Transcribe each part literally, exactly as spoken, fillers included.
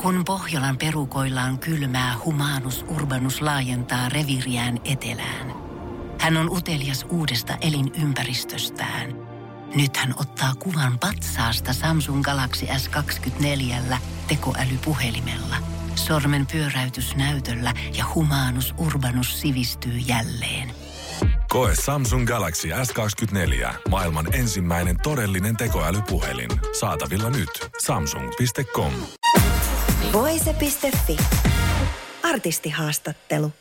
Kun Pohjolan perukoillaan kylmää, Humanus Urbanus laajentaa reviiriään etelään. Hän on utelias uudesta elinympäristöstään. Nyt hän ottaa kuvan patsaasta Samsung Galaxy S kaksikymmentäneljä tekoälypuhelimella. Sormen pyöräytys näytöllä ja Humanus Urbanus sivistyy jälleen. Koe Samsung Galaxy S kaksikymmentäneljä. Maailman ensimmäinen todellinen tekoälypuhelin. Saatavilla nyt. Samsung piste com. Voise piste fi. Artistihaastattelu.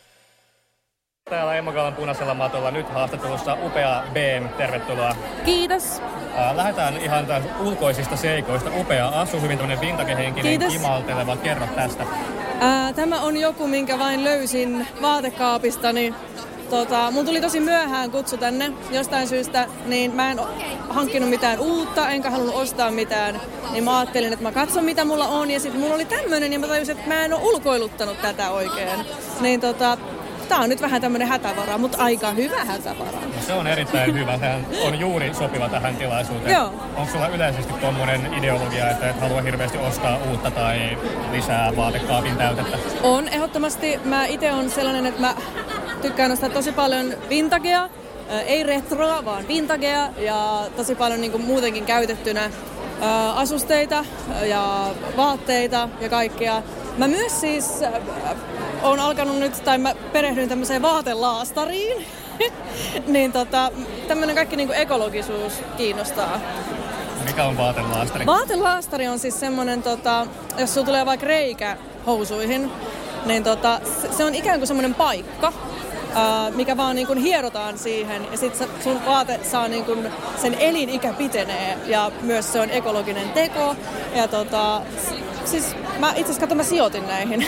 Täällä Emma Galan punaisella matolla nyt haastattelussa upea B M. Tervetuloa. Kiitos. Äh, lähdetään ihan taas ulkoisista seikoista. Upea asu, hyvin tämmöinen vintage-henkinen, Kiitos. Kimalteleva. Kerro tästä. Ää, tämä on joku, minkä vain löysin vaatekaapistani. Tota, mun tuli tosi myöhään kutsu tänne jostain syystä, niin mä en hankkinut mitään uutta, enkä halunnut ostaa mitään. Niin mä ajattelin, että mä katson mitä mulla on, ja sitten mulla oli tämmönen, ja mä tajusin, että mä en ole ulkoiluttanut tätä oikein. Niin tota, tää on nyt vähän tämmönen hätävara, mutta aika hyvä hätävara. No, se on erittäin hyvä, sehän on juuri sopiva tähän tilaisuuteen. Joo. Onko sulla yleisesti tommonen ideologia, että et halua hirveästi ostaa uutta tai lisää vaatekaapin täytettä? On, ehdottomasti. Mä ite on sellainen, että mä tykkään ostaa tosi paljon vintagea, ei retroa, vaan vintagea ja tosi paljon niin kuin muutenkin käytettynä ää, asusteita ja vaatteita ja kaikkea. Mä myös siis äh, oon alkanut nyt, tai mä perehdyin tämmöiseen vaatelaastariin, niin tota, tämmönen kaikki niin kuin ekologisuus kiinnostaa. Mikä on vaatelaastari? Vaatelaastari on siis semmonen, tota, jos sulla tulee vaikka reikä housuihin, niin tota, se on ikään kuin semmonen paikka, ää, mikä vaan niin kuin hierotaan siihen, ja sit sun vaate saa niin kuin, sen elinikä pitenee, ja myös se on ekologinen teko, ja tota, siis mä itse asiassa katson, mä sijoitin näihin.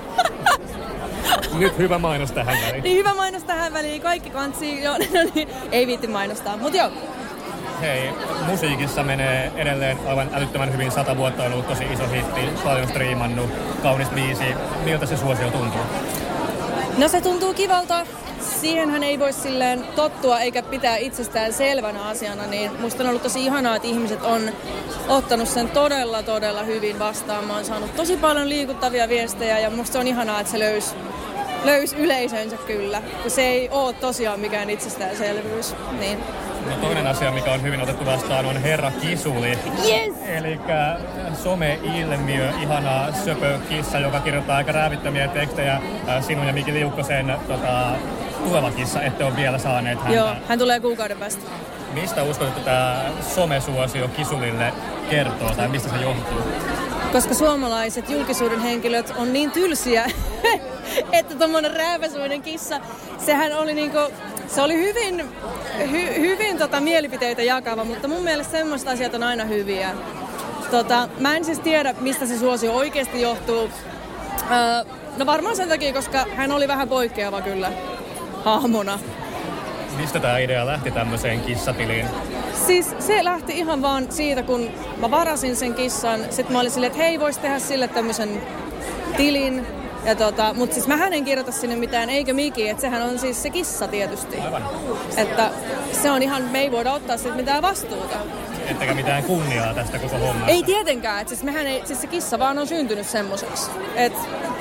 Nyt hyvä mainos tähän väliin. Niin hyvä mainos tähän väliin, kaikki kantsii, joo, no niin, ei viitti mainostaa, mut joo. Hei, musiikissa menee edelleen aivan älyttömän hyvin. Sata vuotta on ollut tosi iso hitti, paljon striimannut, kaunis biisi. Miltä se suosio tuntuu? No se tuntuu kivalta. Siihenhän ei voi silleen tottua eikä pitää itsestään selvänä asiana, niin musta on ollut tosi ihanaa, että ihmiset on ottanut sen todella, todella hyvin vastaan. Mä oon saanut tosi paljon liikuttavia viestejä ja musta on ihanaa, että se löysi löys yleisönsä kyllä, kun se ei oo tosiaan mikään itsestäänselvyys. Niin. No toinen asia, mikä on hyvin otettu vastaan, on Herra Kisuli. Yes! Elikkä some-ilmiö, ihana söpökissa, joka kirjoittaa aika räävittömiä tekstejä sinun ja Miki Liukkosen tota, tuleva kissa, ette ole vielä saaneet häntä. Joo, hän tulee kuukauden päästä. Mistä uskot, että tämä somesuosio Kisulille kertoo, tai mistä se johtuu? Koska suomalaiset julkisuuden henkilöt on niin tylsiä, että tommonen rääväsuinen kissa, sehän oli niinku, se oli hyvin, hy, hyvin tota mielipiteitä jakava, mutta mun mielestä semmoista asiat on aina hyviä. Tota, mä en siis tiedä, mistä se suosio oikeasti johtuu. Öö, no varmaan sen takia, koska hän oli vähän poikkeava kyllä hahmona. Mistä tää idea lähti tämmöiseen kissatiliin? Siis se lähti ihan vaan siitä, kun mä varasin sen kissan. Sitten mä olin silleen, että hei, vois tehdä sille tämmöisen tilin. Ja tota, mut siis mähän en kirjoita sinne mitään, eikö Miki, että sehän on siis se kissa tietysti. Aivan. Että se on ihan, me ei voida ottaa siitä mitään vastuuta. Ettekä mitään kunniaa tästä koko hommasta? Ei tietenkään, että siis mehän ei, siis se kissa vaan on syntynyt semmoiseksi. Että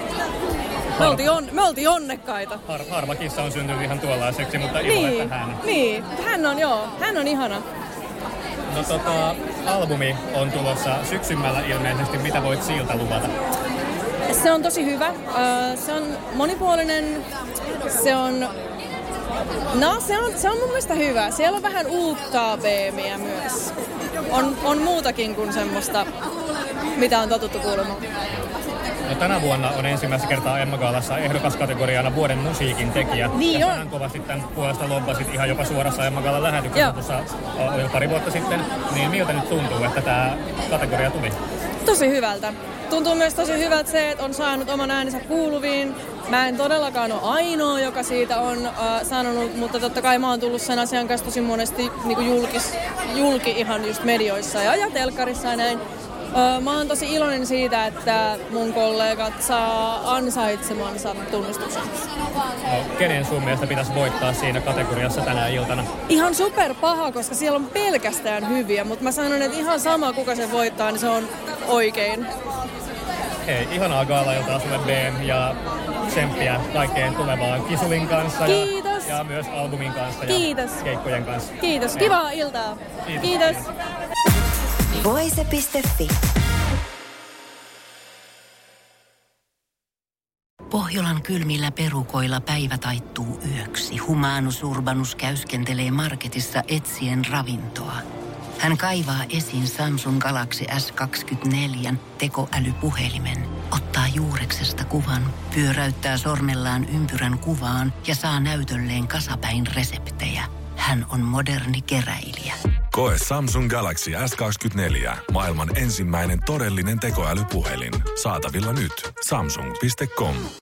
me oltiin, on, me oltiin onnekkaita. Har, harva kissa on syntynyt ihan tuollaiseksi, mutta ilo, Niin, että hän. niin, hän on joo, hän on ihana. No tota, albumi on tulossa syksymällä ilmeisesti. Mitä voit siltä luvata? Se on tosi hyvä. Se on monipuolinen. Se on... No, se on, se on mun mielestä hyvä. Siellä on vähän uutta B M:iä myös. On, on muutakin kuin semmoista, mitä on totuttu kuulemaan. No, tänä vuonna on ensimmäistä kertaa Emma Galassa ehdokaskategoriana vuoden musiikin tekijä. Niin ja on. sähän kovasti tämän puolesta lobbasit ihan jopa suorassa Emma Galan lähetyksessä tuossa jo pari vuotta sitten. Niin miltä nyt tuntuu, että tämä kategoria tuli? Tosi hyvältä. Tuntuu myös tosi hyvältä se, että on saanut oman äänensä kuuluviin. Mä en todellakaan ole ainoa, joka siitä on äh, sanonut, mutta totta kai mä oon tullut sen asian kanssa tosi monesti niin kuin julkis, julki ihan just medioissa ja, ja telkkarissa ja näin. Äh, mä oon tosi iloinen siitä, että mun kollegat saa ansaitsemansa tunnustuksen. No, kenen sun mielestä pitäisi voittaa siinä kategoriassa tänä iltana? Ihan super paha, koska siellä on pelkästään hyviä, mutta mä sanon, että ihan sama kuka se voittaa, niin se on oikein. Hei, ihanaa gaalailtaa sulle Ben ja tsemppiä kaikkeen tulevaan Kisulin kanssa. Kiitos. Ja, ja myös albumin kanssa Kiitos. ja keikkojen kanssa. Kiitos, kivaa iltaa. Kiitos. Kiitos. Voise piste fi. Pohjolan kylmillä perukoilla päivä taittuu yöksi. Humanus Urbanus käyskentelee marketissa etsien ravintoa. Hän kaivaa esiin Samsung Galaxy S kaksikymmentäneljä tekoälypuhelimen, ottaa juureksesta kuvan, pyöräyttää sormellaan ympyrän kuvaan ja saa näytölleen kasapäin reseptejä. Hän on moderni keräilijä. Koe Samsung Galaxy S kaksikymmentäneljä, maailman ensimmäinen todellinen tekoälypuhelin. Saatavilla nyt. Samsung piste com.